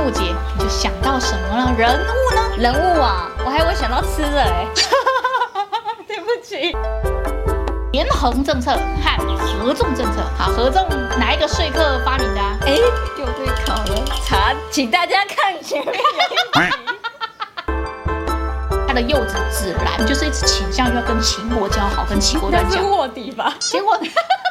物节，你就想到什么了？人物呢？ 人物啊，我还以为想到吃的哎。 对不起。连横政策和合纵政策，好，合纵哪一个说客发明的啊？ 哎，又对考了，查，请大家看前面有一集。 他的幼子芷兰就是一直倾向于要跟秦国交好，跟秦国断交。 那是卧底吧？ 结果